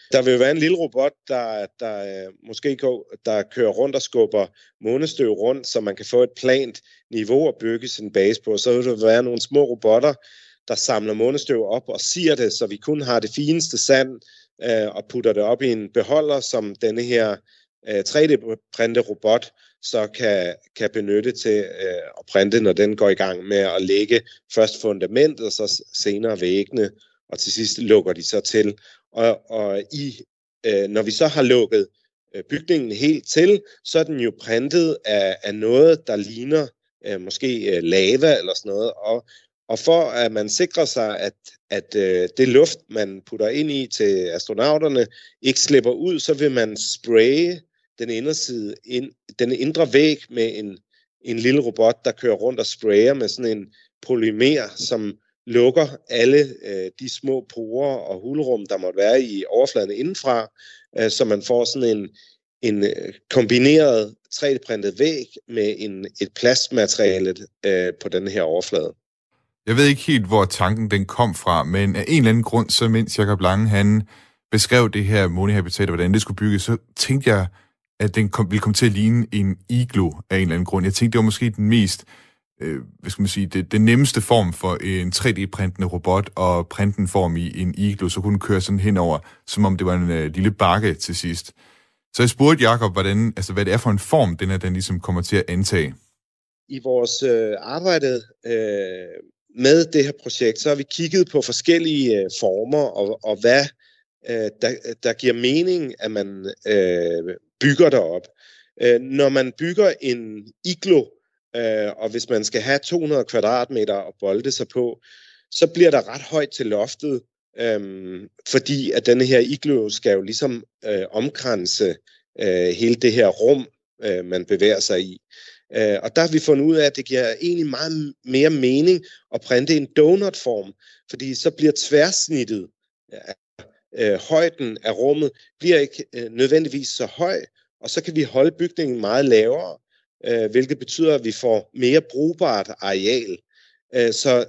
Der vil jo være en lille robot, der, der måske går, der kører rundt og skubber månestøv rundt, så man kan få et plant niveau at bygge sin base på. Så vil der være nogle små robotter, der samler månestøv op og sier det, så vi kun har det fineste sand øh, og putter det op i en beholder, som denne her øh, tre D-printe robot så kan, kan benytte til øh, at printe, når den går i gang med at lægge først fundamentet, og så senere væggene, og til sidst lukker de så til. Og, og i, øh, når vi så har lukket øh, bygningen helt til, så er den jo printet af, af noget, der ligner øh, måske øh, lava eller sådan noget. Og, og for at man sikrer sig, at, at øh, det luft, man putter ind i til astronauterne, ikke slipper ud, så vil man spraye den indre side, ind, den indre væg med en, en lille robot, der kører rundt og sprayer med sådan en polymer, som lukker alle øh, de små porer og hulrum, der måtte være i overfladen indenfra, øh, så man får sådan en, en kombineret tre D-printet væg med en, et plastmateriale øh, på den her overflade. Jeg ved ikke helt, hvor tanken den kom fra, men af en eller anden grund, så mens Jacob Lange han beskrev det her månehabitat, og hvordan det skulle bygges, så tænkte jeg, at den kom, ville komme til at ligne en iglo af en eller anden grund. Jeg tænkte, det var måske den mest, øh, hvad skal man sige, det, den nemmeste form for en tre D-printende robot og printe en form i en iglo, så kunne den køre sådan henover, som om det var en øh, lille bakke til sidst. Så jeg spurgte Jacob, hvordan, altså, hvad det er for en form, den her, den ligesom kommer til at antage. I vores øh, arbejde øh, med det her projekt, så har vi kigget på forskellige øh, former, og, og hvad øh, der, der giver mening, at man øh, bygger derop. Øh, når man bygger en iglo, øh, og hvis man skal have to hundrede kvadratmeter at bolde sig på, så bliver der ret højt til loftet, øh, fordi at denne her iglo skal jo ligesom øh, omkranse øh, hele det her rum, øh, man bevæger sig i. Øh, og der har vi fundet ud af, at det giver egentlig meget mere mening at printe en donutform, fordi så bliver tværsnittet, ja, øh, højden af rummet, bliver ikke øh, nødvendigvis så høj, og så kan vi holde bygningen meget lavere, øh, hvilket betyder, at vi får mere brugbart areal. Øh, så,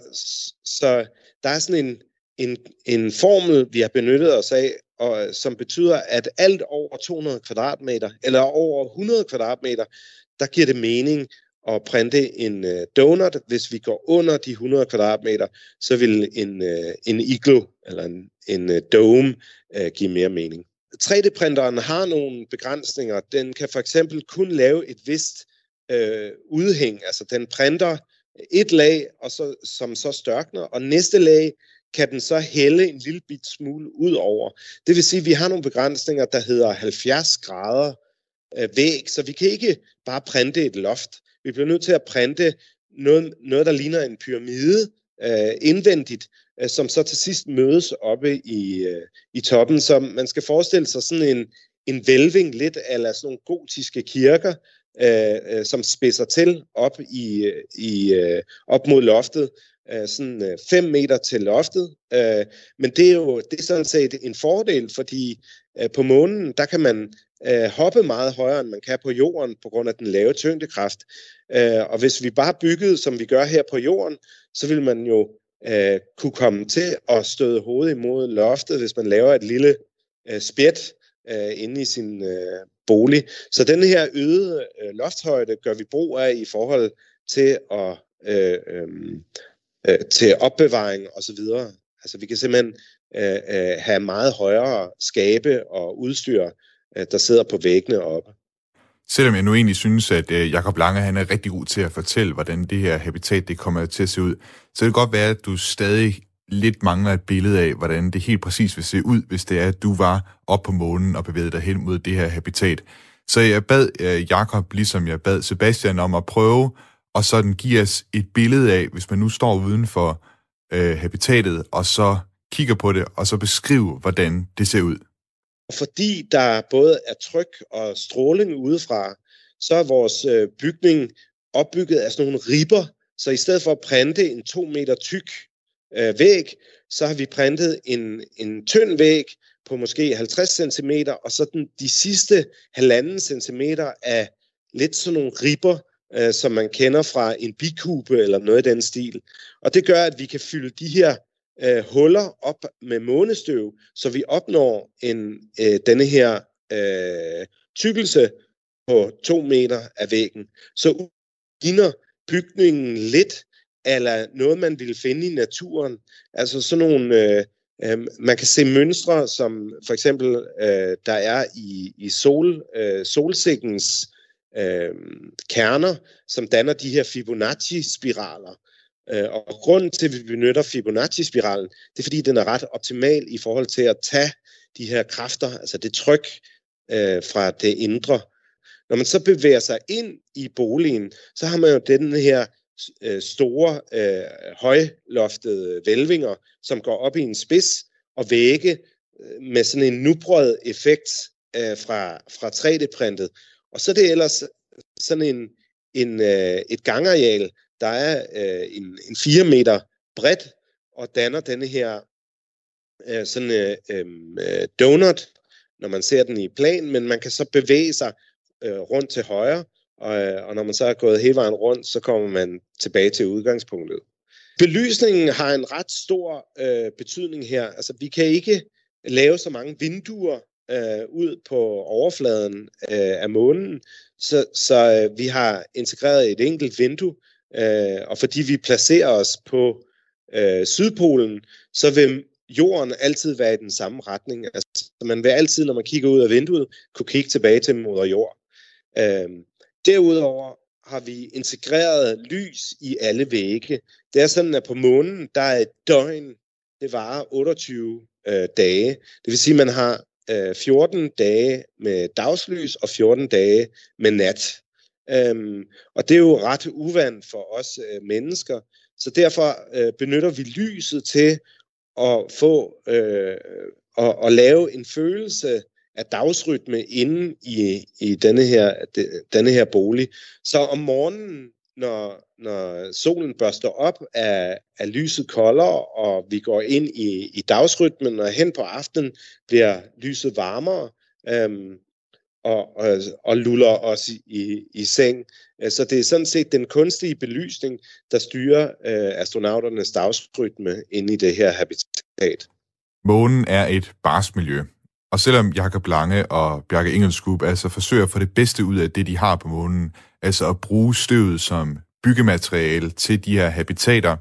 så der er sådan en, en, en formel, vi har benyttet os af, og, som betyder, at alt over to hundrede kvadratmeter, eller over hundrede kvadratmeter, der giver det mening at printe en uh, donut. Hvis vi går under de hundrede kvadratmeter, så vil en, uh, en iglo eller en, en uh, dome uh, give mere mening. tre D-printeren har nogle begrænsninger. Den kan for eksempel kun lave et vist uh, udhæng. Altså den printer et lag, og så, som så størkner, og næste lag kan den så hælde en lille bit smule ud over. Det vil sige, at vi har nogle begrænsninger, der hedder halvfjerds grader væg, så vi kan ikke bare printe et loft. Vi bliver nødt til at printe noget, noget der ligner en pyramide øh, indvendigt, øh, som så til sidst mødes oppe i, øh, i toppen. Så man skal forestille sig sådan en, en hvælving lidt eller sådan nogle gotiske kirker, øh, øh, som spidser til op, i, i, øh, op mod loftet, øh, sådan øh, fem meter til loftet. Øh, men det er jo det er sådan set en fordel, fordi øh, på månen, der kan man øh, hoppe meget højere, end man kan på jorden, på grund af den lave tyngdekraft. Øh, og hvis vi bare byggede, som vi gør her på jorden, så vil man jo øh, kunne komme til at støde hovedet imod loftet, hvis man laver et lille øh, spjæt øh, inde i sin øh, bolig. Så den her øgede øh, loftshøjde gør vi brug af i forhold til at øh, øh, til opbevaring og så videre. Altså vi kan simpelthen øh, øh, have meget højere skabe og udstyr, øh, der sidder på væggene oppe. Selvom jeg nu egentlig synes, at øh, Jacob Lange han er rigtig god til at fortælle, hvordan det her habitat det kommer til at se ud, så det kan godt være, at du stadig lidt mangler et billede af, hvordan det helt præcis vil se ud, hvis det er, at du var oppe på månen og bevægede dig hen mod det her habitat. Så jeg bad øh, Jacob, ligesom jeg bad Sebastian, om at prøve og sådan give os et billede af, hvis man nu står uden for øh, habitatet, og så kigger på det, og så beskrive, hvordan det ser ud. Fordi der både er tryk og stråling udefra, så er vores øh, bygning opbygget af sådan nogle ribber, så i stedet for at printe en to meter tyk øh, væg, så har vi printet en, en tynd væg på måske halvtreds centimeter, og så den, de sidste halvanden centimeter af lidt sådan nogle ribber, øh, som man kender fra en bikube eller noget i den stil. Og det gør, at vi kan fylde de her øh, huller op med månestøv, så vi opnår en øh, denne her øh, tykkelse på to meter af væggen. Så ligner bygningen lidt eller noget, man ville finde i naturen. Altså sådan nogle, øh, øh, man kan se mønstre, som for eksempel øh, der er i, i sol, øh, solsikkens øh, kerner, som danner de her Fibonacci-spiraler. Øh, og grunden til, at vi benytter Fibonacci-spiralen, det er, fordi den er ret optimal i forhold til at tage de her kræfter, altså det tryk øh, fra det indre. Når man så bevæger sig ind i boligen, så har man jo den her øh, store, øh, højloftede hvælvinger, som går op i en spids, og vægge øh, med sådan en nubrød effekt øh, fra, fra tre D-printet. Og så er det ellers sådan en, en, øh, et gangareal, der er øh, en, en fire meter bredt, og danner denne her øh, sådan øh, øh, donut, når man ser den i plan, men man kan så bevæge sig øh, rundt til højre, og, og når man så er gået hele vejen rundt, så kommer man tilbage til udgangspunktet. Belysningen har en ret stor øh, betydning her. Altså, vi kan ikke lave så mange vinduer øh, ud på overfladen øh, af månen, så, så øh, vi har integreret et enkelt vindue, øh, og fordi vi placerer os på øh, Sydpolen, så vil jorden altid være i den samme retning. Altså, man vil altid, når man kigger ud af vinduet, kunne kigge tilbage til moder jord. Øh, derudover har vi integreret lys i alle vægge. Det er sådan, at på månen, der er et døgn, det varer otteogtyve øh, dage. Det vil sige, at man har øh, fjorten dage med dagslys og fjorten dage med nat. Øhm, og det er jo ret uvandt for os øh, mennesker. Så derfor øh, benytter vi lyset til at få øh, og, og lave en følelse af dagsrytme inde i, i denne, her, de, denne her bolig. Så om morgenen, når, når solen børster op, er, er lyset koldere, og vi går ind i, i dagsrytmen, og hen på aftenen bliver lyset varmere, øhm, og, og, og luller os i, i, i seng. Så det er sådan set den kunstige belysning, der styrer øh, astronauternes dagsrytme inde i det her habitat. Månen er et barsmiljø. Og selvom Jakob Lange og Bjarke Ingelskup altså forsøger at få det bedste ud af det, de har på månen, altså at bruge støvet som byggemateriale til de her habitater,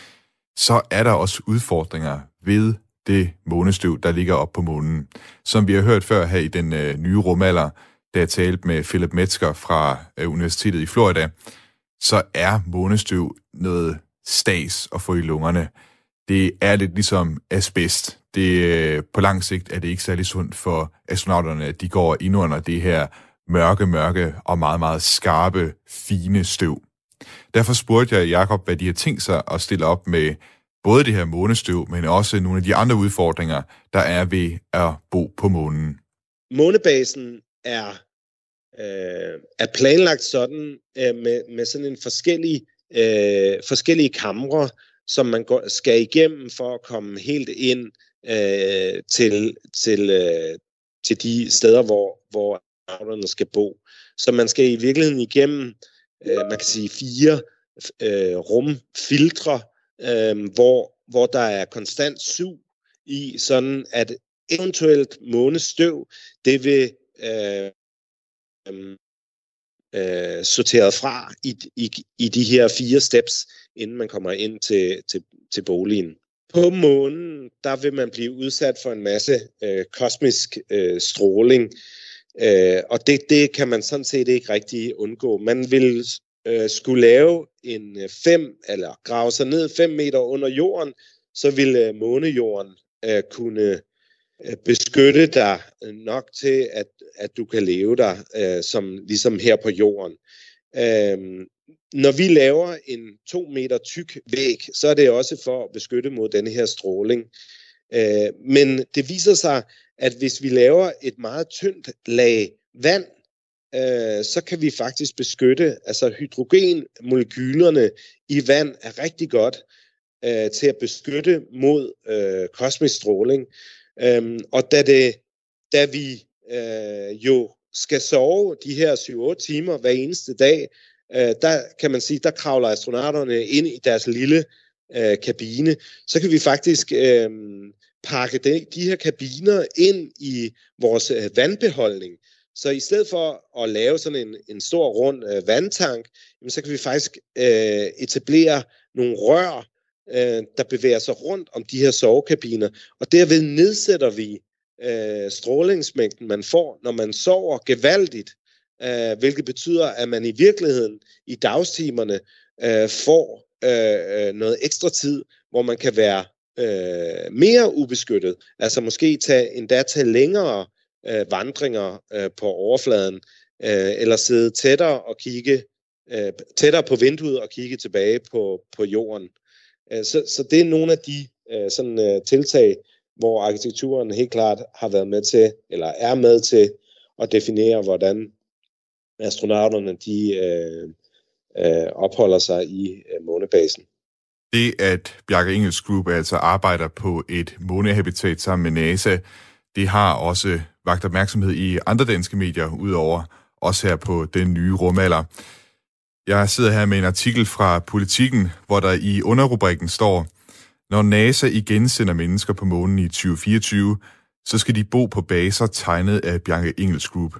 så er der også udfordringer ved det månestøv, der ligger op på månen. Som vi har hørt før her i den øh, nye rumalder, da jeg talte med Philip Metzger fra øh, Universitetet i Florida, så er månestøv noget stas at få i lungerne. Det er lidt ligesom asbest. Det, på lang sigt er det ikke særlig sundt for astronauterne, at de går ind under det her mørke, mørke og meget, meget skarpe, fine støv. Derfor spurgte jeg Jakob, hvad de har tænkt sig at stille op med både det her månestøv, men også nogle af de andre udfordringer, der er ved at bo på månen. Månebasen er, øh, er planlagt sådan øh, med, med sådan en forskellig, øh, forskellige kamre, som man går, skal igennem for at komme helt ind øh, til, til, øh, til de steder, hvor, hvor astronauterne skal bo. Så man skal i virkeligheden igennem, øh, man kan sige, fire øh, rumfiltre, øh, hvor, hvor der er konstant sug i, sådan at eventuelt månestøv, det vil øh, øh, sorteret fra i, i, i de her fire steps, inden man kommer ind til, til, til boligen. På månen, der vil man blive udsat for en masse øh, kosmisk øh, stråling, øh, og det, det kan man sådan set ikke rigtig undgå. Man vil øh, skulle lave en fem, eller grave sig ned fem meter under jorden, så vil øh, månejorden øh, kunne øh, beskytte dig nok til, at, at du kan leve der, øh, som, ligesom her på jorden. Øh, Når vi laver en to meter tyk væg, så er det også for at beskytte mod denne her stråling. Øh, men det viser sig, at hvis vi laver et meget tyndt lag vand, øh, så kan vi faktisk beskytte, altså hydrogenmolekylerne i vand er rigtig godt øh, til at beskytte mod øh, kosmisk stråling. Øh, og da, det, da vi øh, jo skal sove de her syv otte timer hver eneste dag, Uh, der kan man sige, der kravler astronauterne ind i deres lille øh, kabine, så kan vi faktisk øh, pakke de, de her kabiner ind i vores øh, vandbeholdning. Så i stedet for at lave sådan en, en stor rund øh, vandtank, jamen, så kan vi faktisk øh, etablere nogle rør, øh, der bevæger sig rundt om de her sovekabiner, og derved nedsætter vi øh, strålingsmængden, man får, når man sover gevaldigt, øh, hvilket betyder, at man i virkeligheden i dagstimerne øh, får øh, noget ekstra tid, hvor man kan være øh, mere ubeskyttet, altså måske tage, endda tage længere øh, vandringer øh, på overfladen, øh, eller sidde tættere og kigge øh, tættere på vinduet og kigge tilbage på, på jorden. Øh, så, så det er nogle af de øh, sådan, øh, tiltag, hvor arkitekturen helt klart har været med til, eller er med til at definere, hvordan astronauterne de, øh, øh, opholder sig i øh, månebasen. Det, at Bjarke Ingels Group altså arbejder på et månehabitat sammen med NASA, det har også vakt opmærksomhed i andre danske medier, udover også her på Den Nye Rumalder. Jeg sidder her med en artikel fra Politiken, hvor der i underrubrikken står: Når NASA igen sender mennesker på månen i tyve fireogtyve, så skal de bo på baser tegnet af Bjarke Ingels Group.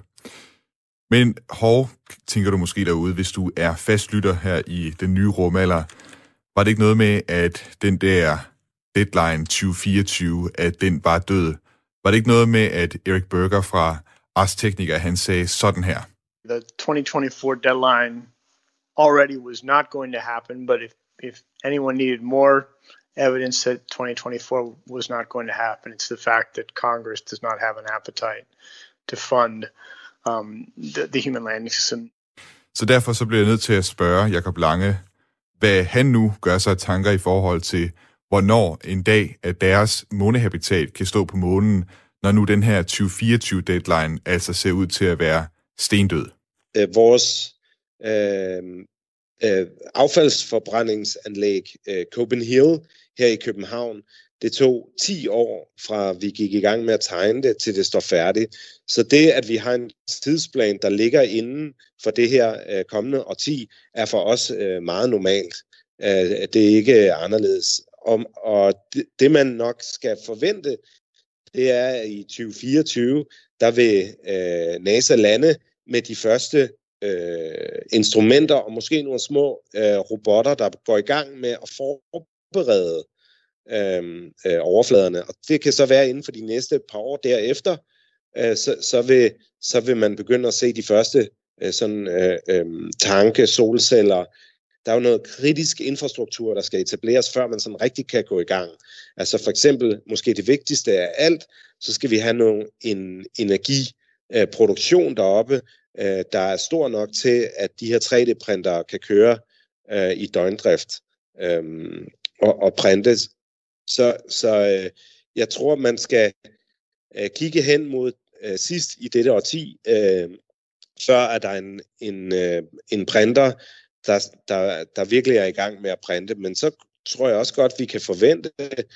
Men hov, tænker du måske derude, hvis du er fastlytter her i Den Nye Rumalder, var det ikke noget med, at den der deadline tyve fireogtyve, at den var død? Var det ikke noget med, at Erik Berger fra Ars Technica, han sagde sådan her? The twenty twenty-four deadline already was not going to happen, but if, if anyone needed more evidence that twenty twenty-four was not going to happen, it's the fact that Congress does not have an appetite to fund um, the, the human landing system. Så derfor så bliver jeg nødt til at spørge Jakob Lange, hvad han nu gør sig af tanker i forhold til, hvornår en dag, at deres månehabitat kan stå på månen, når nu den her tyve fireogtyve deadline altså ser ud til at være stendød. Øh, vores øh, øh, affaldsforbrændingsanlæg øh, Copenhagen her i København, det tog ti år fra vi gik i gang med at tegne det, til det står færdigt. Så det, at vi har en tidsplan, der ligger inden for det her øh, kommende årti, er for os øh, meget normalt. Øh, det er ikke anderledes. Om, og det, det, man nok skal forvente, det er, at i tyve fireogtyve, der vil øh, NASA lande med de første øh, instrumenter, og måske nogle små øh, robotter, der går i gang med at forberede øh, øh, overfladerne. Og det kan så være inden for de næste par år derefter, øh, så, så, vil, så vil man begynde at se de første øh, sådan, øh, øh, tanke, solceller. Der er jo noget kritisk infrastruktur, der skal etableres, før man sådan rigtig kan gå i gang. Altså for eksempel, måske det vigtigste af alt, så skal vi have nogle, en energiproduktion deroppe, øh, der er stor nok til, at de her tre D-printere kan køre øh, i døgndrift øh, og, og printes. Så, så øh, jeg tror, man skal øh, kigge hen mod øh, sidst i dette årti, øh, før at der er en, en, øh, en printer, Der, der, der virkelig er i gang med at printe. Men så tror jeg også godt, vi kan forvente,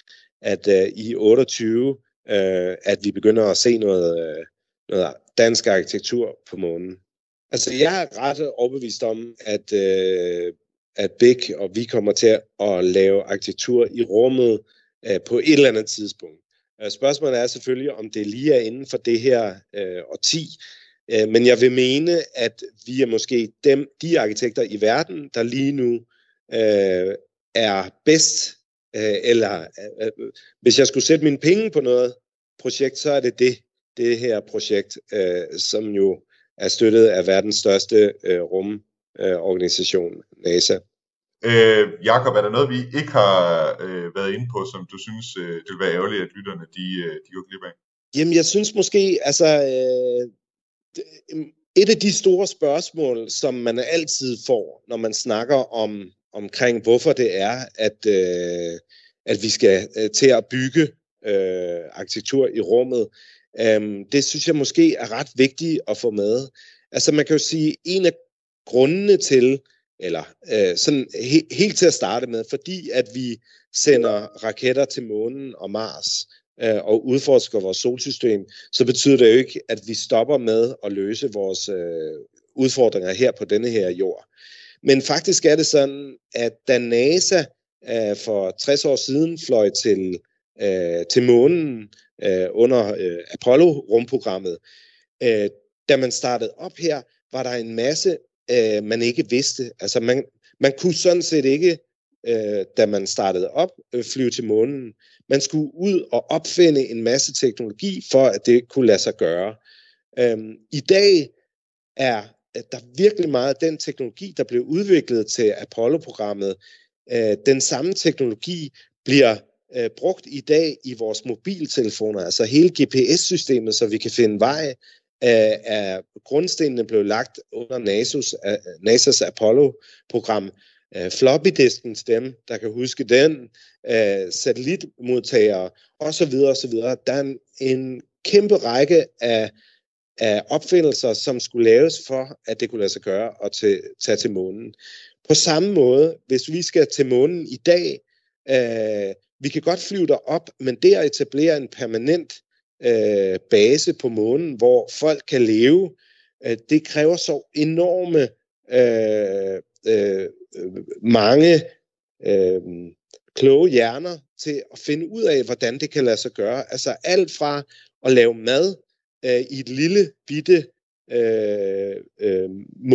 at uh, i otteogtyve, uh, at vi begynder at se noget, uh, noget dansk arkitektur på månen. Altså, jeg er ret overbevist om, at, uh, at Big og vi kommer til at lave arkitektur i rummet uh, på et eller andet tidspunkt. Uh, spørgsmålet er selvfølgelig, om det lige er inden for det her uh, årti. Men jeg vil mene, at vi er måske dem, de arkitekter i verden, der lige nu øh, er bedst, øh, eller øh, hvis jeg skulle sætte mine penge på noget projekt, så er det det, det her projekt, øh, som jo er støttet af verdens største øh, rumorganisation, øh, NASA. Øh, Jakob, er der noget, vi ikke har øh, været inde på, som du synes, øh, det vil være ærgerligt, at lytterne de, øh, de går glip af? Jamen, jeg synes måske, altså... Øh, Et af de store spørgsmål, som man altid får, når man snakker om omkring, hvorfor det er, at, øh, at vi skal øh, til at bygge øh, arkitektur i rummet, øh, det synes jeg måske er ret vigtigt at få med. Altså man kan jo sige, en af grundene til, eller øh, sådan he- helt til at starte med, fordi at vi sender raketter til månen og Mars, og udforsker vores solsystem, så betyder det jo ikke, at vi stopper med at løse vores øh, udfordringer her på denne her jord. Men faktisk er det sådan, at da NASA øh, for tres år siden fløj til, øh, til månen øh, under øh, Apollo-rumprogrammet. Øh, da man startede op her, var der en masse, øh, man ikke vidste. Altså man, man kunne sådan set ikke, øh, da man startede op, øh, flyve til månen. Man skulle ud og opfinde en masse teknologi, for at det kunne lade sig gøre. Øh, I dag er der virkelig meget af den teknologi, der blev udviklet til Apollo-programmet. Øh, den samme teknologi bliver øh, brugt i dag i vores mobiltelefoner. Altså hele G P S-systemet, så vi kan finde vej, af grundstenene blev lagt under NASA's, NASA's Apollo-program. Floppy-disken til dem, der kan huske den, satellitmodtagere osv. osv. Der er en, en kæmpe række af, af opfindelser, som skulle laves for, at det kunne lade sig gøre og til, tage til månen. På samme måde, hvis vi skal til månen i dag, øh, vi kan godt flyve derop, men det at etablere en permanent Øh, base på månen, hvor folk kan leve, øh, det kræver så enorme øh, øh, mange øh, kloge hjerner til at finde ud af, hvordan det kan lade sig gøre. Altså alt fra at lave mad øh, i et lille bitte øh, øh,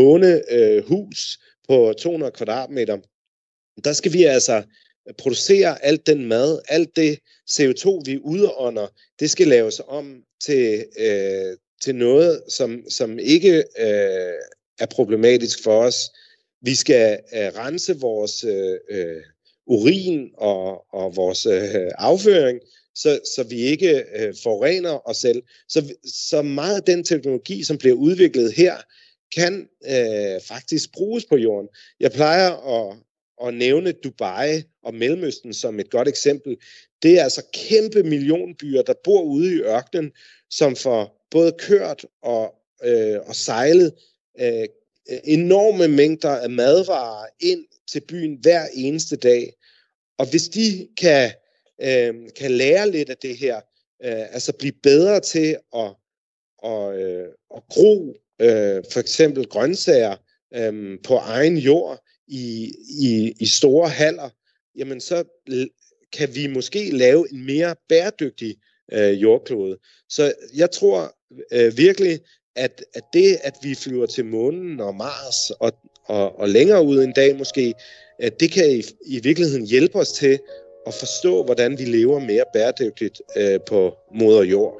månehus øh, på to hundrede kvadratmeter. Der skal vi altså producere alt den mad, alt det C O to, vi udånder, det skal laves om til, øh, til noget, som, som ikke øh, er problematisk for os. Vi skal øh, rense vores øh, urin og, og vores øh, afføring, så, så vi ikke øh, forurener os selv. Så, så meget af den teknologi, som bliver udviklet her, kan øh, faktisk bruges på jorden. Jeg plejer at og nævne Dubai og Mellemøsten som et godt eksempel. Det er altså kæmpe millionbyer, der bor ude i ørkenen, som får både kørt og, øh, og sejlet øh, enorme mængder af madvarer ind til byen hver eneste dag. Og hvis de kan, øh, kan lære lidt af det her, øh, altså blive bedre til at, og, øh, at gro øh, for eksempel grøntsager øh, på egen jord, I, i, i store haller, jamen så kan vi måske lave en mere bæredygtig øh, jordklode. Så jeg tror øh, virkelig, at, at det, at vi flyver til månen og Mars og, og, og længere ud en dag måske, at det kan i, i virkeligheden hjælpe os til at forstå, hvordan vi lever mere bæredygtigt øh, på moder jord.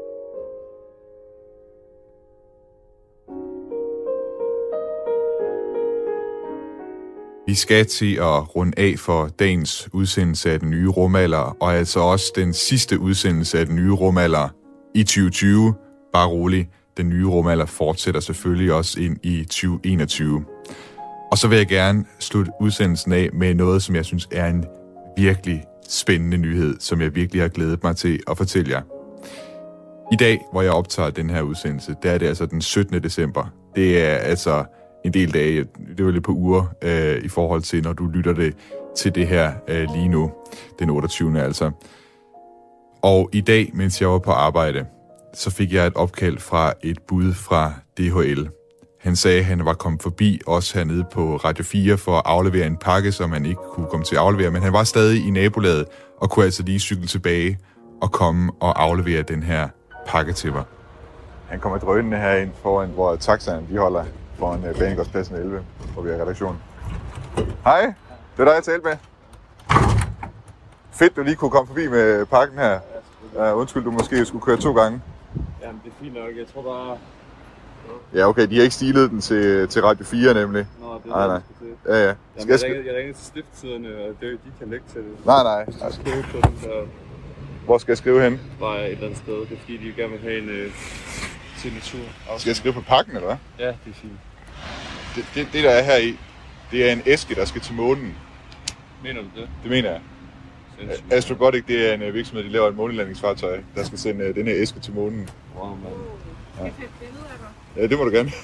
Vi skal til at runde af for dagens udsendelse af Den Nye Rumalder, og altså også den sidste udsendelse af Den Nye Rumalder i tyve tyve. Bare rolig, Den Nye Rumalder fortsætter selvfølgelig også ind i tyve enogtyve. Og så vil jeg gerne slutte udsendelsen af med noget, som jeg synes er en virkelig spændende nyhed, som jeg virkelig har glædet mig til at fortælle jer. I dag, hvor jeg optager den her udsendelse, der er det altså den syttende december. Det er altså en del dage, det var lidt på uger, øh, i forhold til, når du lytter det til det her øh, lige nu, den otteogtyvende altså. Og i dag, mens jeg var på arbejde, så fik jeg et opkald fra et bud fra D H L. Han sagde, at han var kommet forbi os hernede på Radio fire for at aflevere en pakke, som han ikke kunne komme til at aflevere, men han var stadig i nabolaget og kunne altså lige cykle tilbage og komme og aflevere den her pakke til mig. Han kommer drønende herind foran, hvor taxaen de holder foran Banegårdspladsen elleve, hvor vi er i redaktionen. Hej, det er dig, jeg talte med. Fedt, du lige kunne komme forbi med pakken her. Uh, undskyld, du måske skulle køre to gange. Jamen, det er fint nok. Jeg tror bare... Ja, okay, de har ikke stilet den til, til Radio fire, nemlig. Nå, det er nej, nej. Ja, ja. Jamen, jeg, jeg, ringede, jeg ringede til stiftstiderne, og det, de kan lægge til det. Nej, nej. Jeg skal skrive på den, så... Hvor skal jeg skrive hen? Bare et eller andet sted. Det er fordi, de gerne vil have en øh, signatur. Skal jeg skrive på pakken, eller hvad? Ja, det er fint. Det, det, det, der er her i, det er en æske, der skal til månen. Mener du det? Det mener jeg. Sindssygt. Astrobotic, det er en virksomhed, de laver et månelandingsfartøj, der skal sende uh, den her æske til månen. Wow, man. Ja. Ja, det må du gerne.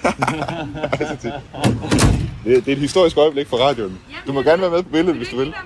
det, det er et historisk øjeblik for radioen. Du må gerne være med på billedet, hvis du vil.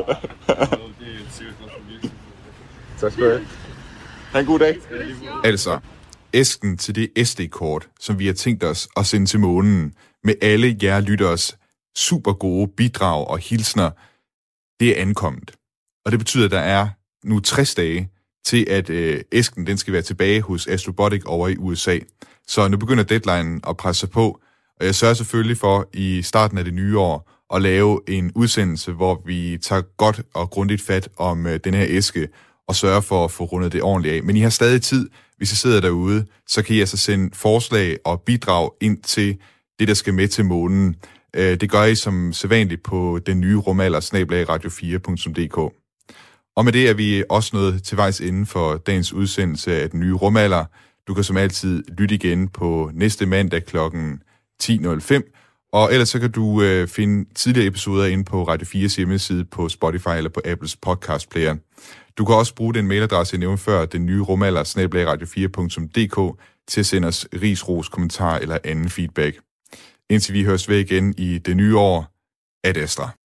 Tak skal du have. Ha' en god dag. Altså, æsken til det S D-kort, som vi har tænkt os at sende til månen, med alle jer lytteres super gode bidrag og hilsner, det er ankommet. Og det betyder, at der er nu tres dage til, at øh, æsken den skal være tilbage hos Astrobotic over i U S A. Så nu begynder deadline at presse sig på, og jeg sørger selvfølgelig for i starten af det nye år at lave en udsendelse, hvor vi tager godt og grundigt fat om øh, den her æske, og sørger for at få rundet det ordentligt af. Men I har stadig tid, hvis I sidder derude, så kan I altså sende forslag og bidrag ind til det, der skal med til månen. Øh, det gør I som sædvanligt på den nye rumalder, snabel-a radio fire punktum d k. Og med det er vi også nået til vejs ende for dagens udsendelse af den nye rumalder. Du kan som altid lytte igen på næste mandag klokken ti nul fem. Og ellers så kan du øh, finde tidligere episoder inde på Radio fires hjemmeside på Spotify eller på Apples podcast player. Du kan også bruge den mailadresse, jeg nævnte før, den nye rumalder, snabel-a radio fire punktum d k, til at sende os ris, ros, kommentar eller anden feedback. Indtil vi høres ved igen i det nye år, ad Astra.